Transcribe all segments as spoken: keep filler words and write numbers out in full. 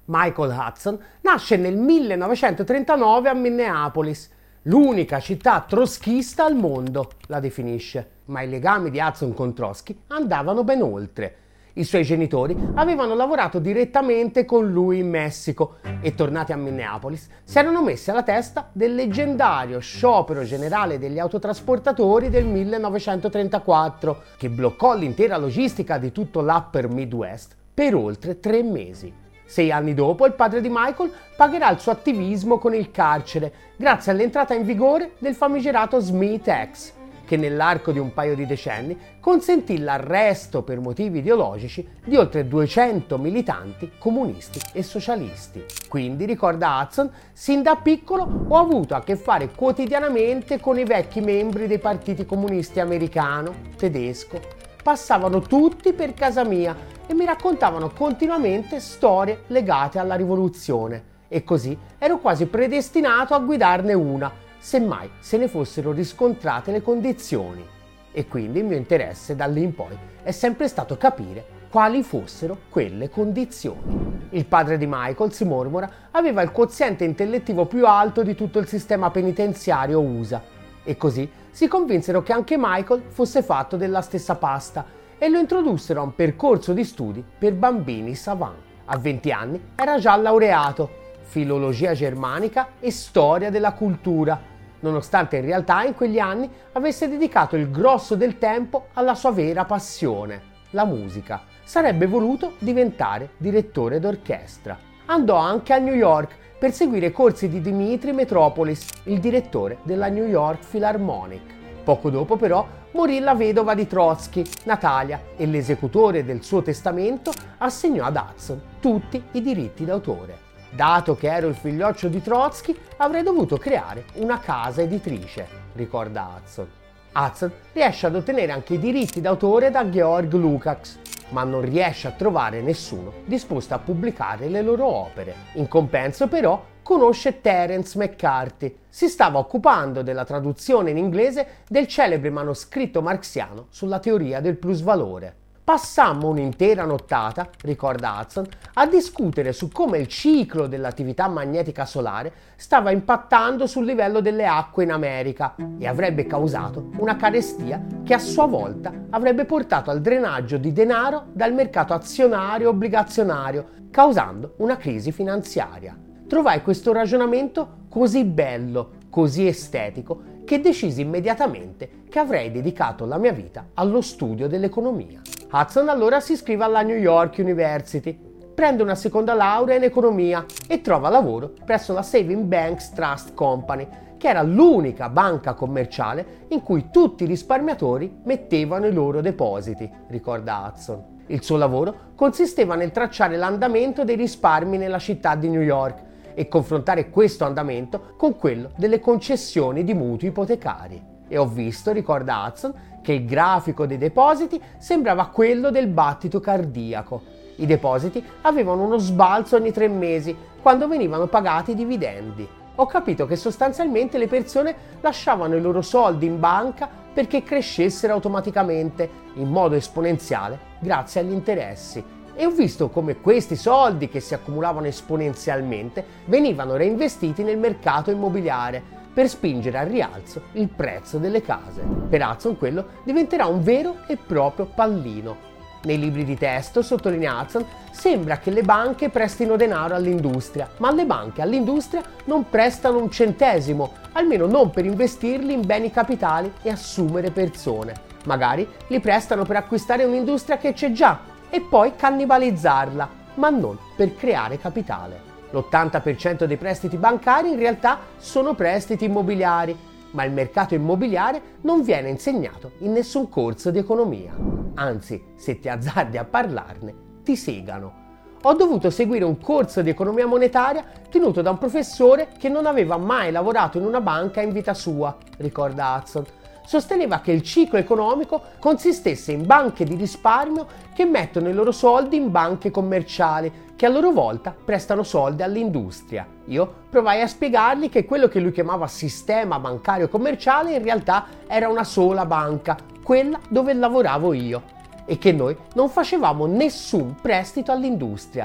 Michael Hudson nasce nel millenovecentotrentanove a Minneapolis, l'unica città trotskista al mondo, la definisce, ma i legami di Hudson con Trotsky andavano ben oltre. I suoi genitori avevano lavorato direttamente con lui in Messico e, tornati a Minneapolis, si erano messi alla testa del leggendario sciopero generale degli autotrasportatori del millenovecentotrentaquattro, che bloccò l'intera logistica di tutto l'Upper Midwest per oltre tre mesi. Sei anni dopo, il padre di Michael pagherà il suo attivismo con il carcere, grazie all'entrata in vigore del famigerato Smith Act, che nell'arco di un paio di decenni consentì l'arresto per motivi ideologici di oltre duecento militanti comunisti e socialisti. Quindi, ricorda Hudson, sin da piccolo ho avuto a che fare quotidianamente con i vecchi membri dei partiti comunisti americano, tedesco. Passavano tutti per casa mia e mi raccontavano continuamente storie legate alla rivoluzione, e così ero quasi predestinato a guidarne una, semmai se ne fossero riscontrate le condizioni. E quindi il mio interesse da lì in poi è sempre stato capire quali fossero quelle condizioni. Il padre di Michael, si mormora, aveva il quoziente intellettivo più alto di tutto il sistema penitenziario U S A, e così si convinsero che anche Michael fosse fatto della stessa pasta e lo introdussero a un percorso di studi per bambini savant. A venti anni era già laureato, filologia germanica e storia della cultura, nonostante in realtà in quegli anni avesse dedicato il grosso del tempo alla sua vera passione, la musica. Sarebbe voluto diventare direttore d'orchestra. Andò anche a New York per seguire i corsi di Dimitri Metropolis, il direttore della New York Philharmonic. Poco dopo però morì la vedova di Trotsky, Natalia, e l'esecutore del suo testamento assegnò ad Hudson tutti i diritti d'autore. Dato che ero il figlioccio di Trotsky, avrei dovuto creare una casa editrice, ricorda Hudson. Hudson riesce ad ottenere anche i diritti d'autore da Georg Lukács, ma non riesce a trovare nessuno disposto a pubblicare le loro opere. In compenso, però, conosce Terence McCarthy. Si stava occupando della traduzione in inglese del celebre manoscritto marxiano sulla teoria del plusvalore. Passammo un'intera nottata, ricorda Hudson, a discutere su come il ciclo dell'attività magnetica solare stava impattando sul livello delle acque in America e avrebbe causato una carestia che a sua volta avrebbe portato al drenaggio di denaro dal mercato azionario obbligazionario, causando una crisi finanziaria. Trovai questo ragionamento così bello, così estetico, che decisi immediatamente che avrei dedicato la mia vita allo studio dell'economia. Hudson allora si iscrive alla New York University, prende una seconda laurea in economia e trova lavoro presso la Savings Banks Trust Company, che era l'unica banca commerciale in cui tutti i risparmiatori mettevano i loro depositi, ricorda Hudson. Il suo lavoro consisteva nel tracciare l'andamento dei risparmi nella città di New York e confrontare questo andamento con quello delle concessioni di mutui ipotecari. E ho visto, ricorda Hudson, che il grafico dei depositi sembrava quello del battito cardiaco. I depositi avevano uno sbalzo ogni tre mesi, quando venivano pagati i dividendi. Ho capito che sostanzialmente le persone lasciavano i loro soldi in banca perché crescessero automaticamente, in modo esponenziale, grazie agli interessi. E ho visto come questi soldi, che si accumulavano esponenzialmente, venivano reinvestiti nel mercato immobiliare per spingere al rialzo il prezzo delle case. Per Hudson quello diventerà un vero e proprio pallino. Nei libri di testo, sottolinea Hudson, sembra che le banche prestino denaro all'industria, ma le banche all'industria non prestano un centesimo, almeno non per investirli in beni capitali e assumere persone. Magari li prestano per acquistare un'industria che c'è già e poi cannibalizzarla, ma non per creare capitale. L'ottanta per cento dei prestiti bancari in realtà sono prestiti immobiliari, ma il mercato immobiliare non viene insegnato in nessun corso di economia. Anzi, se ti azzardi a parlarne, ti segano. Ho dovuto seguire un corso di economia monetaria tenuto da un professore che non aveva mai lavorato in una banca in vita sua, ricorda Hudson. Sosteneva che il ciclo economico consistesse in banche di risparmio che mettono i loro soldi in banche commerciali, che a loro volta prestano soldi all'industria. Io provai a spiegargli che quello che lui chiamava sistema bancario commerciale in realtà era una sola banca, quella dove lavoravo io, e che noi non facevamo nessun prestito all'industria.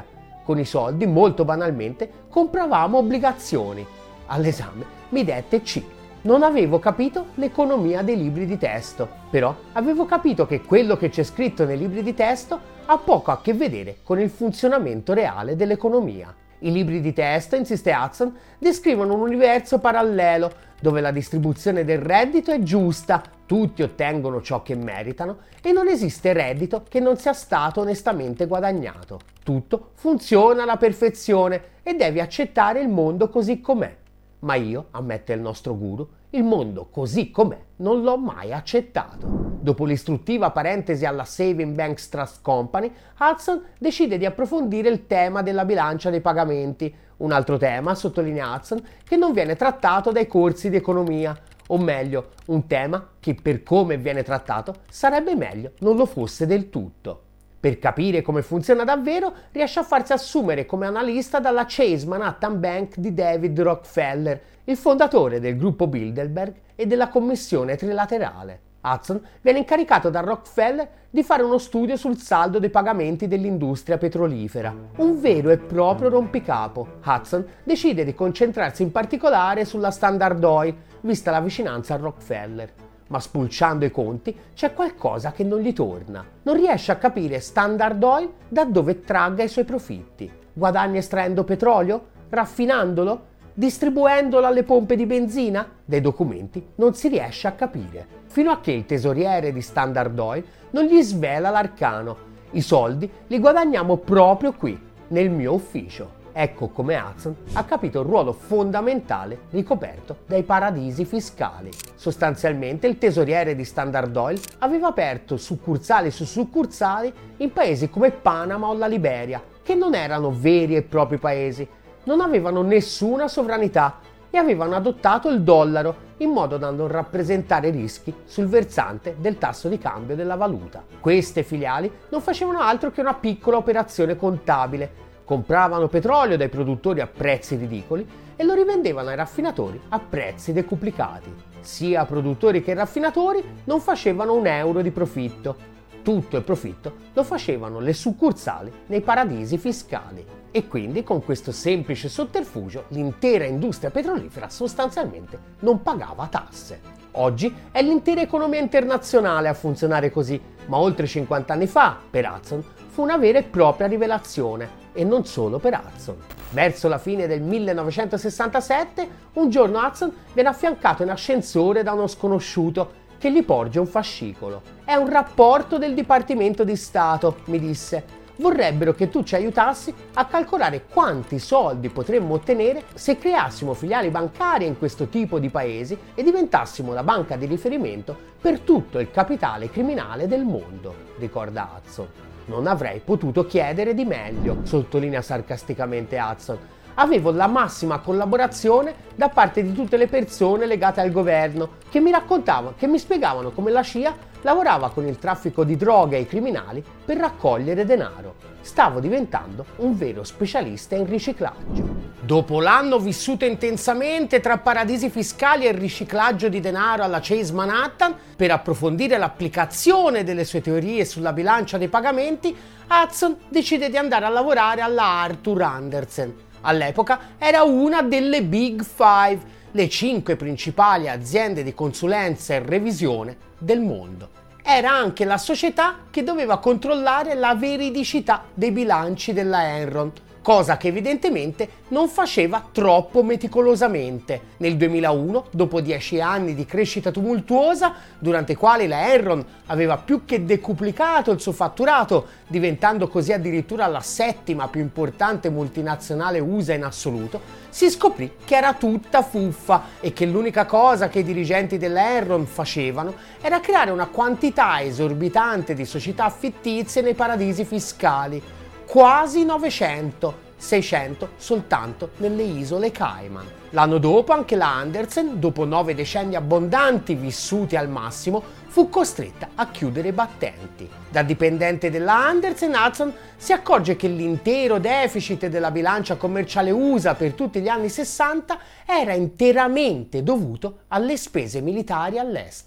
Con i soldi, molto banalmente, compravamo obbligazioni. All'esame mi dette C. Non avevo capito l'economia dei libri di testo, però avevo capito che quello che c'è scritto nei libri di testo ha poco a che vedere con il funzionamento reale dell'economia. I libri di testo, insiste Hudson, descrivono un universo parallelo dove la distribuzione del reddito è giusta, tutti ottengono ciò che meritano e non esiste reddito che non sia stato onestamente guadagnato. Tutto funziona alla perfezione e devi accettare il mondo così com'è. Ma io, ammette il nostro guru, il mondo così com'è non l'ho mai accettato. Dopo l'istruttiva parentesi alla Saving Banks Trust Company, Hudson decide di approfondire il tema della bilancia dei pagamenti, un altro tema, sottolinea Hudson, che non viene trattato dai corsi di economia, o meglio, un tema che per come viene trattato sarebbe meglio non lo fosse del tutto. Per capire come funziona davvero, riesce a farsi assumere come analista dalla Chase Manhattan Bank di David Rockefeller, il fondatore del gruppo Bilderberg e della commissione trilaterale. Hudson viene incaricato da Rockefeller di fare uno studio sul saldo dei pagamenti dell'industria petrolifera, un vero e proprio rompicapo. Hudson decide di concentrarsi in particolare sulla Standard Oil, vista la vicinanza a Rockefeller. Ma spulciando i conti c'è qualcosa che non gli torna. Non riesce a capire Standard Oil da dove tragga i suoi profitti. Guadagna estraendo petrolio? Raffinandolo? Distribuendolo alle pompe di benzina? Dai documenti non si riesce a capire. Fino a che il tesoriere di Standard Oil non gli svela l'arcano. I soldi li guadagniamo proprio qui, nel mio ufficio. Ecco come Hudson ha capito il ruolo fondamentale ricoperto dai paradisi fiscali. Sostanzialmente il tesoriere di Standard Oil aveva aperto succursali su succursali in paesi come Panama o la Liberia, che non erano veri e propri paesi, non avevano nessuna sovranità e avevano adottato il dollaro in modo da non rappresentare rischi sul versante del tasso di cambio della valuta. Queste filiali non facevano altro che una piccola operazione contabile. Compravano petrolio dai produttori a prezzi ridicoli e lo rivendevano ai raffinatori a prezzi decuplicati. Sia produttori che raffinatori non facevano un euro di profitto. Tutto il profitto lo facevano le succursali nei paradisi fiscali. E quindi con questo semplice sotterfugio l'intera industria petrolifera sostanzialmente non pagava tasse. Oggi è l'intera economia internazionale a funzionare così, ma oltre cinquanta anni fa, per Hudson, fu una vera e propria rivelazione. E non solo per Hudson. Verso la fine del millenovecentosessantasette, un giorno Hudson viene affiancato in ascensore da uno sconosciuto che gli porge un fascicolo. È un rapporto del Dipartimento di Stato, mi disse. Vorrebbero che tu ci aiutassi a calcolare quanti soldi potremmo ottenere se creassimo filiali bancarie in questo tipo di paesi e diventassimo la banca di riferimento per tutto il capitale criminale del mondo, ricorda Hudson. Non avrei potuto chiedere di meglio, sottolinea sarcasticamente Hudson. Avevo la massima collaborazione da parte di tutte le persone legate al governo che mi raccontavano, che mi spiegavano come la C I A lavorava con il traffico di droga e i criminali per raccogliere denaro. Stavo diventando un vero specialista in riciclaggio. Dopo l'anno vissuto intensamente tra paradisi fiscali e riciclaggio di denaro alla Chase Manhattan, per approfondire l'applicazione delle sue teorie sulla bilancia dei pagamenti, Hudson decide di andare a lavorare alla Arthur Andersen. All'epoca era una delle Big Five, le cinque principali aziende di consulenza e revisione del mondo. Era anche la società che doveva controllare la veridicità dei bilanci della Enron, cosa che evidentemente non faceva troppo meticolosamente. Nel duemilauno, dopo dieci anni di crescita tumultuosa, durante i quali la Enron aveva più che decuplicato il suo fatturato, diventando così addirittura la settima più importante multinazionale U S A in assoluto, si scoprì che era tutta fuffa e che l'unica cosa che i dirigenti della Enron facevano era creare una quantità esorbitante di società fittizie nei paradisi fiscali. Quasi novecento, seicento soltanto nelle isole Cayman. L'anno dopo anche la Andersen, dopo nove decenni abbondanti vissuti al massimo, fu costretta a chiudere i battenti. Da dipendente della Andersen, Hudson si accorge che l'intero deficit della bilancia commerciale U S A per tutti gli anni sessanta era interamente dovuto alle spese militari all'estero.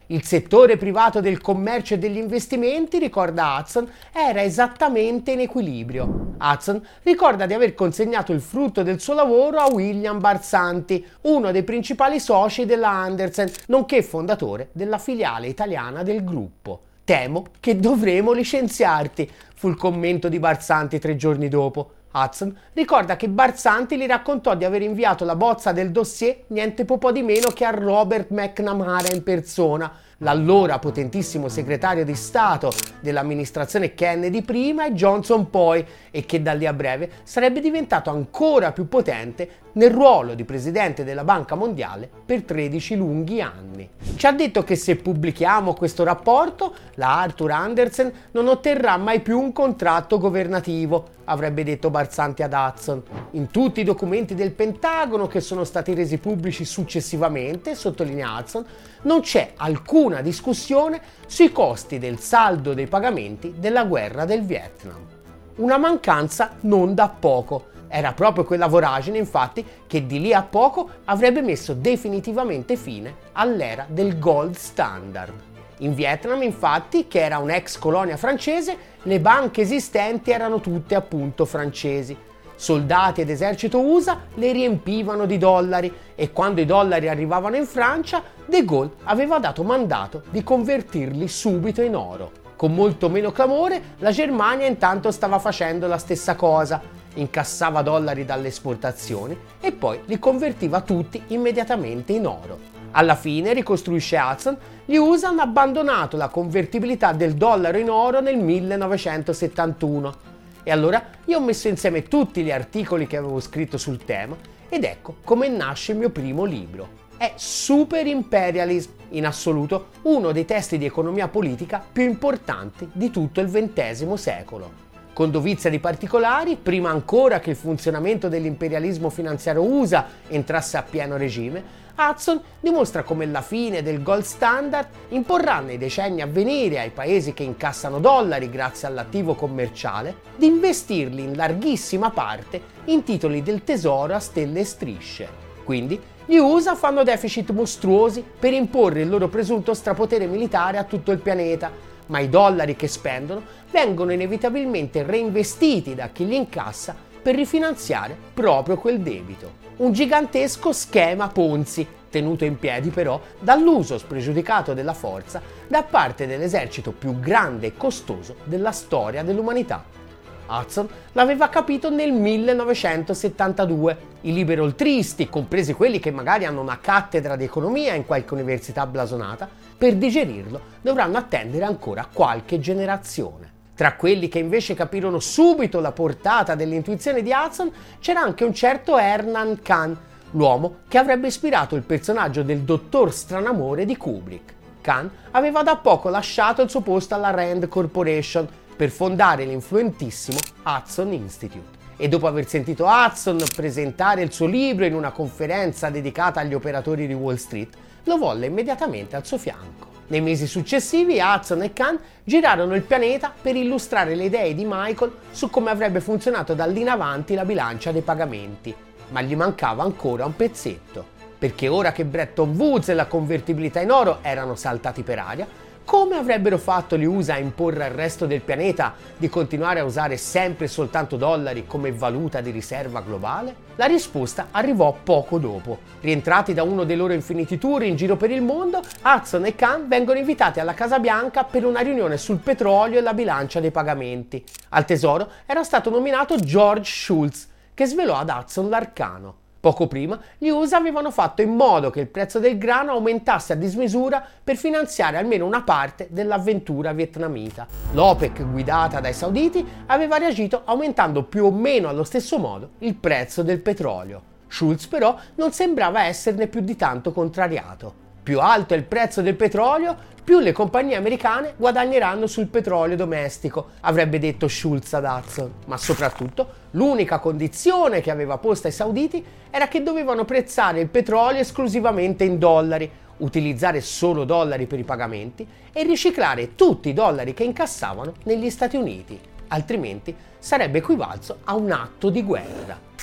Il settore privato del commercio e degli investimenti, ricorda Hudson, era esattamente in equilibrio. Hudson ricorda di aver consegnato il frutto del suo lavoro a William Barsanti, uno dei principali soci della Andersen, nonché fondatore della filiale italiana del gruppo. «Temo che dovremo licenziarti», fu il commento di Barsanti tre giorni dopo. Hudson ricorda che Barsanti gli raccontò di aver inviato la bozza del dossier niente po' di meno che a Robert McNamara in persona, l'allora potentissimo segretario di Stato dell'amministrazione Kennedy prima e Johnson poi, e che da lì a breve sarebbe diventato ancora più potente nel ruolo di presidente della Banca Mondiale per tredici lunghi anni. Ci ha detto che se pubblichiamo questo rapporto, la Arthur Andersen non otterrà mai più un contratto governativo, avrebbe detto Barsanti ad Hudson. In tutti i documenti del Pentagono che sono stati resi pubblici successivamente, sottolinea Hudson, non c'è alcuna discussione sui costi del saldo dei pagamenti della guerra del Vietnam. Una mancanza non da poco. Era proprio quella voragine, infatti, che di lì a poco avrebbe messo definitivamente fine all'era del gold standard. In Vietnam, infatti, che era un'ex colonia francese, le banche esistenti erano tutte appunto francesi. Soldati ed esercito U S A le riempivano di dollari e quando i dollari arrivavano in Francia, De Gaulle aveva dato mandato di convertirli subito in oro. Con molto meno clamore, la Germania intanto stava facendo la stessa cosa. Incassava dollari dalle esportazioni e poi li convertiva tutti immediatamente in oro. Alla fine, ricostruisce Hudson, gli U S A hanno abbandonato la convertibilità del dollaro in oro nel millenovecentosettantuno. E allora io ho messo insieme tutti gli articoli che avevo scritto sul tema ed ecco come nasce il mio primo libro. È Super Imperialism, in assoluto uno dei testi di economia politica più importanti di tutto il ventesimo secolo. Con dovizia di particolari, prima ancora che il funzionamento dell'imperialismo finanziario U S A entrasse a pieno regime, Hudson dimostra come la fine del gold standard imporrà nei decenni a venire ai paesi che incassano dollari grazie all'attivo commerciale di investirli in larghissima parte in titoli del tesoro a stelle e strisce. Quindi gli U S A fanno deficit mostruosi per imporre il loro presunto strapotere militare a tutto il pianeta, ma i dollari che spendono vengono inevitabilmente reinvestiti da chi li incassa per rifinanziare proprio quel debito. Un gigantesco schema Ponzi, tenuto in piedi però dall'uso spregiudicato della forza da parte dell'esercito più grande e costoso della storia dell'umanità. Hudson l'aveva capito nel millenovecentosettantadue. I liberoltristi, compresi quelli che magari hanno una cattedra di economia in qualche università blasonata, per digerirlo dovranno attendere ancora qualche generazione. Tra quelli che invece capirono subito la portata dell'intuizione di Hudson c'era anche un certo Hernan Khan, l'uomo che avrebbe ispirato il personaggio del dottor Stranamore di Kubrick. Khan aveva da poco lasciato il suo posto alla Rand Corporation per fondare l'influentissimo Hudson Institute. E dopo aver sentito Hudson presentare il suo libro in una conferenza dedicata agli operatori di Wall Street, lo volle immediatamente al suo fianco. Nei mesi successivi Hudson e Khan girarono il pianeta per illustrare le idee di Michael su come avrebbe funzionato da lì in avanti la bilancia dei pagamenti, ma gli mancava ancora un pezzetto, perché ora che Bretton Woods e la convertibilità in oro erano saltati per aria, come avrebbero fatto gli U S A a imporre al resto del pianeta di continuare a usare sempre e soltanto dollari come valuta di riserva globale? La risposta arrivò poco dopo. Rientrati da uno dei loro infiniti tour in giro per il mondo, Hudson e Khan vengono invitati alla Casa Bianca per una riunione sul petrolio e la bilancia dei pagamenti. Al tesoro era stato nominato George Shultz, che svelò ad Hudson l'arcano. Poco prima, gli U S A avevano fatto in modo che il prezzo del grano aumentasse a dismisura per finanziare almeno una parte dell'avventura vietnamita. L'OPEC, guidata dai sauditi, aveva reagito aumentando più o meno allo stesso modo il prezzo del petrolio. Shultz però non sembrava esserne più di tanto contrariato. Più alto è il prezzo del petrolio, più le compagnie americane guadagneranno sul petrolio domestico, avrebbe detto Shultz ad Hudson. Ma soprattutto, l'unica condizione che aveva posta ai sauditi era che dovevano prezzare il petrolio esclusivamente in dollari, utilizzare solo dollari per i pagamenti e riciclare tutti i dollari che incassavano negli Stati Uniti, altrimenti sarebbe equivalso a un atto di guerra.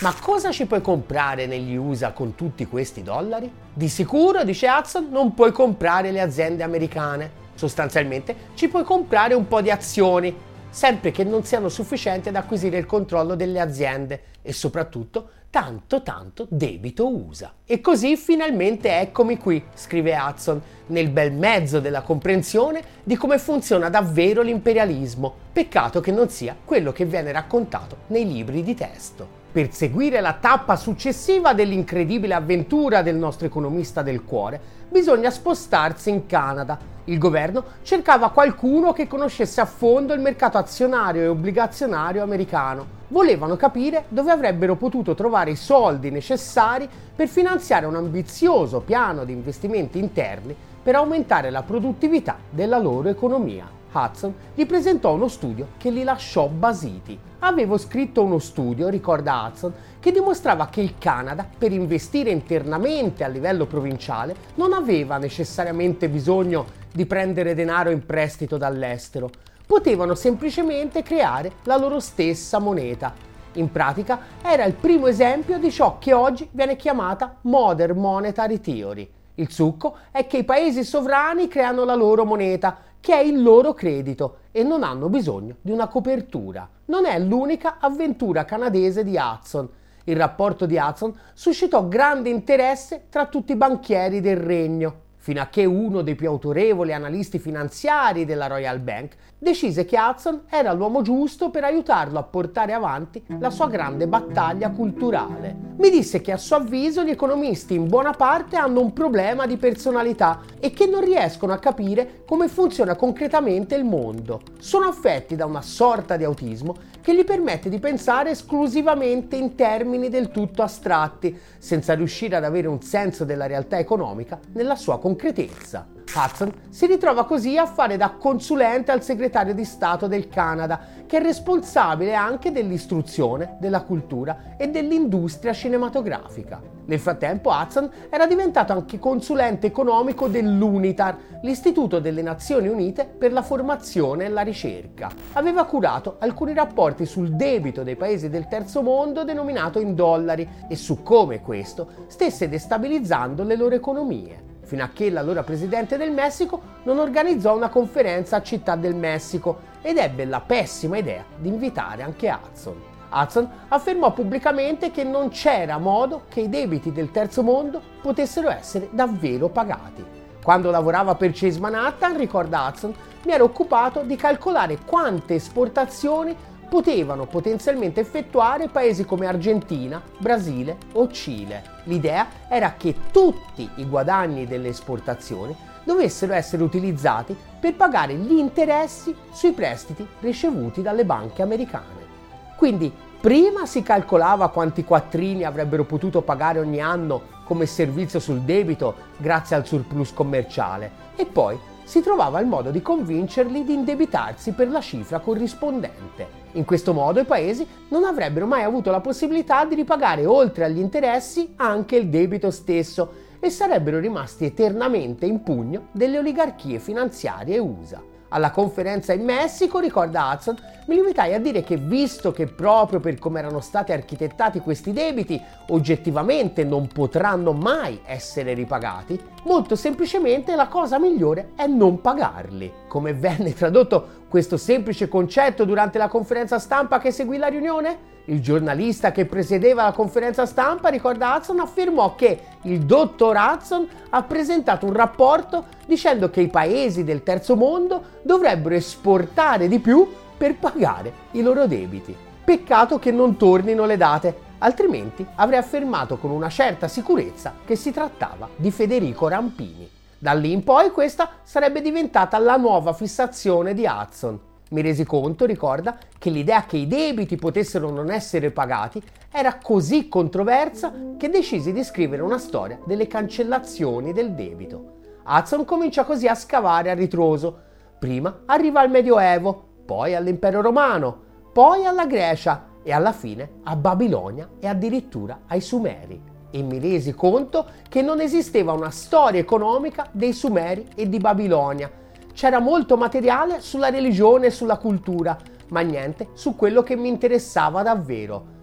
Ma cosa ci puoi comprare negli U S A con tutti questi dollari? Di sicuro, dice Hudson, non puoi comprare le aziende americane. Sostanzialmente ci puoi comprare un po' di azioni, sempre che non siano sufficienti ad acquisire il controllo delle aziende e soprattutto tanto tanto debito U S A. E così finalmente eccomi qui, scrive Hudson, nel bel mezzo della comprensione di come funziona davvero l'imperialismo. Peccato che non sia quello che viene raccontato nei libri di testo. Per seguire la tappa successiva dell'incredibile avventura del nostro economista del cuore, bisogna spostarsi in Canada. Il governo cercava qualcuno che conoscesse a fondo il mercato azionario e obbligazionario americano. Volevano capire dove avrebbero potuto trovare i soldi necessari per finanziare un ambizioso piano di investimenti interni per aumentare la produttività della loro economia. Hudson gli presentò uno studio che li lasciò basiti. Avevo scritto uno studio, ricorda Hudson, che dimostrava che il Canada, per investire internamente a livello provinciale, non aveva necessariamente bisogno di prendere denaro in prestito dall'estero. Potevano semplicemente creare la loro stessa moneta. In pratica era il primo esempio di ciò che oggi viene chiamata Modern Monetary Theory. Il succo è che i paesi sovrani creano la loro moneta, che è il loro credito, e non hanno bisogno di una copertura. Non è l'unica avventura canadese di Hudson. Il rapporto di Hudson suscitò grande interesse tra tutti i banchieri del regno, fino a che uno dei più autorevoli analisti finanziari della Royal Bank decise che Hudson era l'uomo giusto per aiutarlo a portare avanti la sua grande battaglia culturale. Mi disse che a suo avviso gli economisti in buona parte hanno un problema di personalità e che non riescono a capire come funziona concretamente il mondo. Sono affetti da una sorta di autismo che gli permette di pensare esclusivamente in termini del tutto astratti, senza riuscire ad avere un senso della realtà economica nella sua concretezza. Hudson si ritrova così a fare da consulente al segretario di Stato del Canada, che è responsabile anche dell'istruzione, della cultura e dell'industria cinematografica. Nel frattempo Hudson era diventato anche consulente economico dell'UNITAR, l'Istituto delle Nazioni Unite per la formazione e la ricerca. Aveva curato alcuni rapporti sul debito dei paesi del terzo mondo denominato in dollari e su come questo stesse destabilizzando le loro economie, fino a che l'allora presidente del Messico non organizzò una conferenza a Città del Messico ed ebbe la pessima idea di invitare anche Hudson. Hudson affermò pubblicamente che non c'era modo che i debiti del terzo mondo potessero essere davvero pagati. Quando lavorava per Chase Manhattan, ricorda Hudson, mi ero occupato di calcolare quante esportazioni potevano potenzialmente effettuare paesi come Argentina, Brasile o Cile. L'idea era che tutti i guadagni delle esportazioni dovessero essere utilizzati per pagare gli interessi sui prestiti ricevuti dalle banche americane. Quindi prima si calcolava quanti quattrini avrebbero potuto pagare ogni anno come servizio sul debito grazie al surplus commerciale e poi si trovava il modo di convincerli di indebitarsi per la cifra corrispondente. In questo modo i paesi non avrebbero mai avuto la possibilità di ripagare oltre agli interessi anche il debito stesso e sarebbero rimasti eternamente in pugno delle oligarchie finanziarie U S A. Alla conferenza in Messico, ricorda Hudson, mi limitai a dire che visto che proprio per come erano stati architettati questi debiti oggettivamente non potranno mai essere ripagati, molto semplicemente la cosa migliore è non pagarli. Come venne tradotto questo semplice concetto durante la conferenza stampa che seguì la riunione? Il giornalista che presiedeva la conferenza stampa, ricorda Hudson, affermò che il dottor Hudson ha presentato un rapporto dicendo che i paesi del terzo mondo dovrebbero esportare di più per pagare i loro debiti. Peccato che non tornino le date, altrimenti avrei affermato con una certa sicurezza che si trattava di Federico Rampini. Da lì in poi questa sarebbe diventata la nuova fissazione di Hudson. Mi resi conto, ricorda, che l'idea che i debiti potessero non essere pagati era così controversa che decisi di scrivere una storia delle cancellazioni del debito. Hudson comincia così a scavare a ritroso. Prima arriva al Medioevo, poi all'Impero Romano, poi alla Grecia e alla fine a Babilonia e addirittura ai Sumeri. E mi resi conto che non esisteva una storia economica dei Sumeri e di Babilonia. C'era molto materiale sulla religione e sulla cultura, ma niente su quello che mi interessava davvero.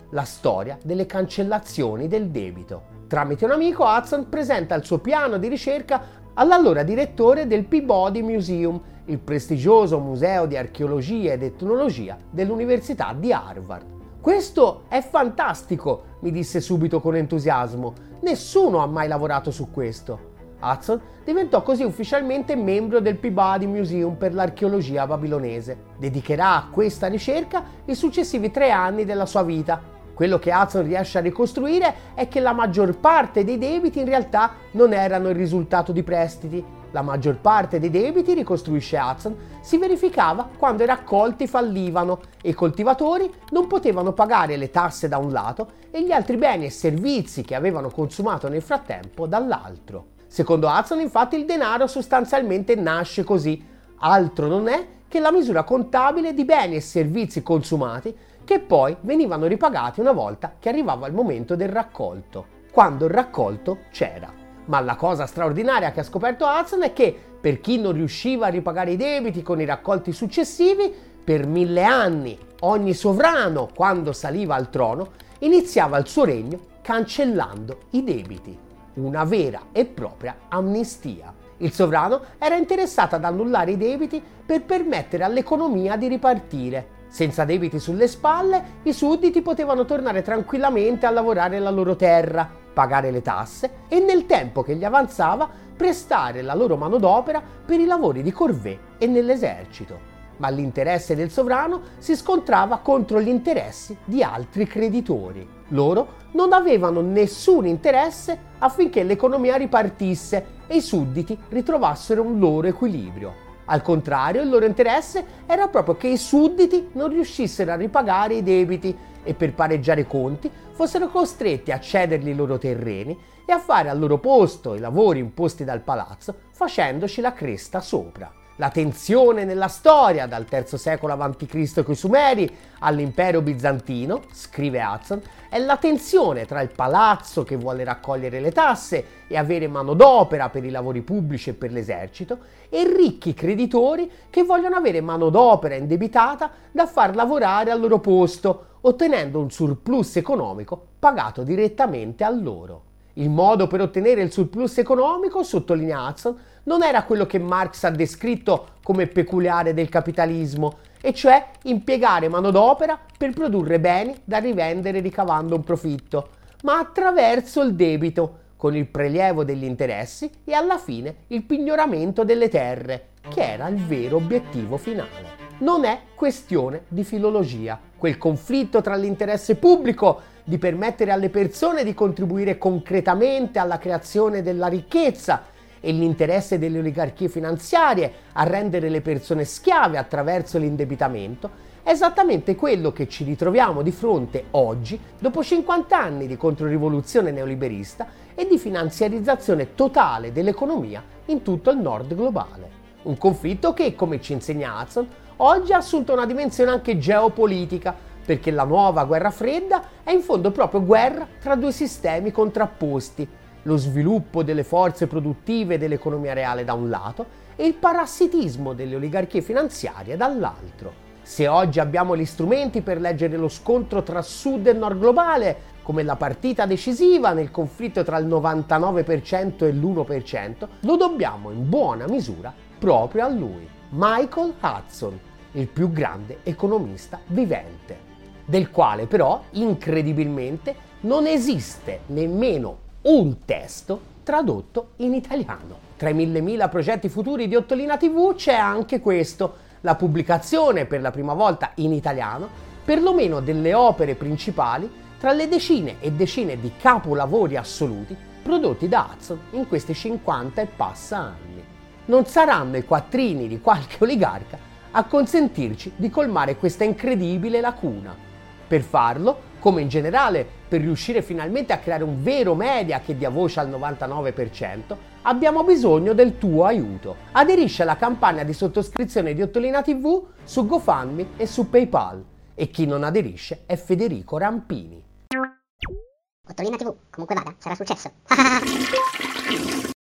la storia delle cancellazioni del debito. Tramite un amico, Hudson presenta il suo piano di ricerca all'allora direttore del Peabody Museum, il prestigioso museo di archeologia ed etnologia dell'Università di Harvard. «Questo è fantastico», mi disse subito con entusiasmo. «Nessuno ha mai lavorato su questo». Hudson diventò così ufficialmente membro del Peabody Museum per l'archeologia babilonese. Dedicherà a questa ricerca i successivi tre anni della sua vita. Quello che Hudson riesce a ricostruire è che la maggior parte dei debiti in realtà non erano il risultato di prestiti. La maggior parte dei debiti, ricostruisce Hudson, si verificava quando i raccolti fallivano e i coltivatori non potevano pagare le tasse da un lato e gli altri beni e servizi che avevano consumato nel frattempo dall'altro. Secondo Hudson, infatti, il denaro sostanzialmente nasce così. Altro non è che la misura contabile di beni e servizi consumati che poi venivano ripagati una volta che arrivava il momento del raccolto, quando il raccolto c'era. Ma la cosa straordinaria che ha scoperto Hudson è che, per chi non riusciva a ripagare i debiti con i raccolti successivi, per mille anni ogni sovrano, quando saliva al trono, iniziava il suo regno cancellando i debiti. Una vera e propria amnistia. Il sovrano era interessato ad annullare i debiti per permettere all'economia di ripartire. Senza debiti sulle spalle, i sudditi potevano tornare tranquillamente a lavorare la loro terra, pagare le tasse e nel tempo che gli avanzava prestare la loro manodopera per i lavori di corvée e nell'esercito. Ma l'interesse del sovrano si scontrava contro gli interessi di altri creditori. Loro non avevano nessun interesse affinché l'economia ripartisse e i sudditi ritrovassero un loro equilibrio. Al contrario, il loro interesse era proprio che i sudditi non riuscissero a ripagare i debiti e per pareggiare i conti fossero costretti a cedergli i loro terreni e a fare al loro posto i lavori imposti dal palazzo, facendoci la cresta sopra. La tensione nella storia, dal terzo secolo avanti Cristo coi Sumeri all'impero bizantino, scrive Hudson, è la tensione tra il palazzo che vuole raccogliere le tasse e avere manodopera per i lavori pubblici e per l'esercito, e ricchi creditori che vogliono avere manodopera indebitata da far lavorare al loro posto, ottenendo un surplus economico pagato direttamente a loro. Il modo per ottenere il surplus economico, sottolinea Hudson, non era quello che Marx ha descritto come peculiare del capitalismo, e cioè impiegare manodopera per produrre beni da rivendere ricavando un profitto, ma attraverso il debito, con il prelievo degli interessi e alla fine il pignoramento delle terre, che era il vero obiettivo finale. Non è questione di filologia. Quel conflitto tra l'interesse pubblico di permettere alle persone di contribuire concretamente alla creazione della ricchezza e l'interesse delle oligarchie finanziarie a rendere le persone schiave attraverso l'indebitamento è esattamente quello che ci ritroviamo di fronte oggi dopo cinquanta anni di controrivoluzione neoliberista e di finanziarizzazione totale dell'economia in tutto il nord globale. Un conflitto che, come ci insegna Hudson, oggi ha assunto una dimensione anche geopolitica, perché la nuova guerra fredda è in fondo proprio guerra tra due sistemi contrapposti, lo sviluppo delle forze produttive dell'economia reale da un lato e il parassitismo delle oligarchie finanziarie dall'altro. Se oggi abbiamo gli strumenti per leggere lo scontro tra sud e nord globale come la partita decisiva nel conflitto tra il novantanove per cento e l'uno per cento, lo dobbiamo in buona misura proprio a lui, Michael Hudson, il più grande economista vivente, del quale però, incredibilmente, non esiste nemmeno un testo tradotto in italiano. Tra i millemila progetti futuri di Ottolina tivù c'è anche questo, la pubblicazione per la prima volta in italiano, perlomeno delle opere principali, tra le decine e decine di capolavori assoluti prodotti da Hudson in questi cinquanta e passa anni. Non saranno i quattrini di qualche oligarca a consentirci di colmare questa incredibile lacuna. Per farlo, come in generale per riuscire finalmente a creare un vero media che dia voce al novantanove per cento, abbiamo bisogno del tuo aiuto. Aderisci alla campagna di sottoscrizione di Ottolina tivù su GoFundMe e su PayPal. E chi non aderisce è Federico Rampini. Ottolina tivù, comunque vada, sarà successo.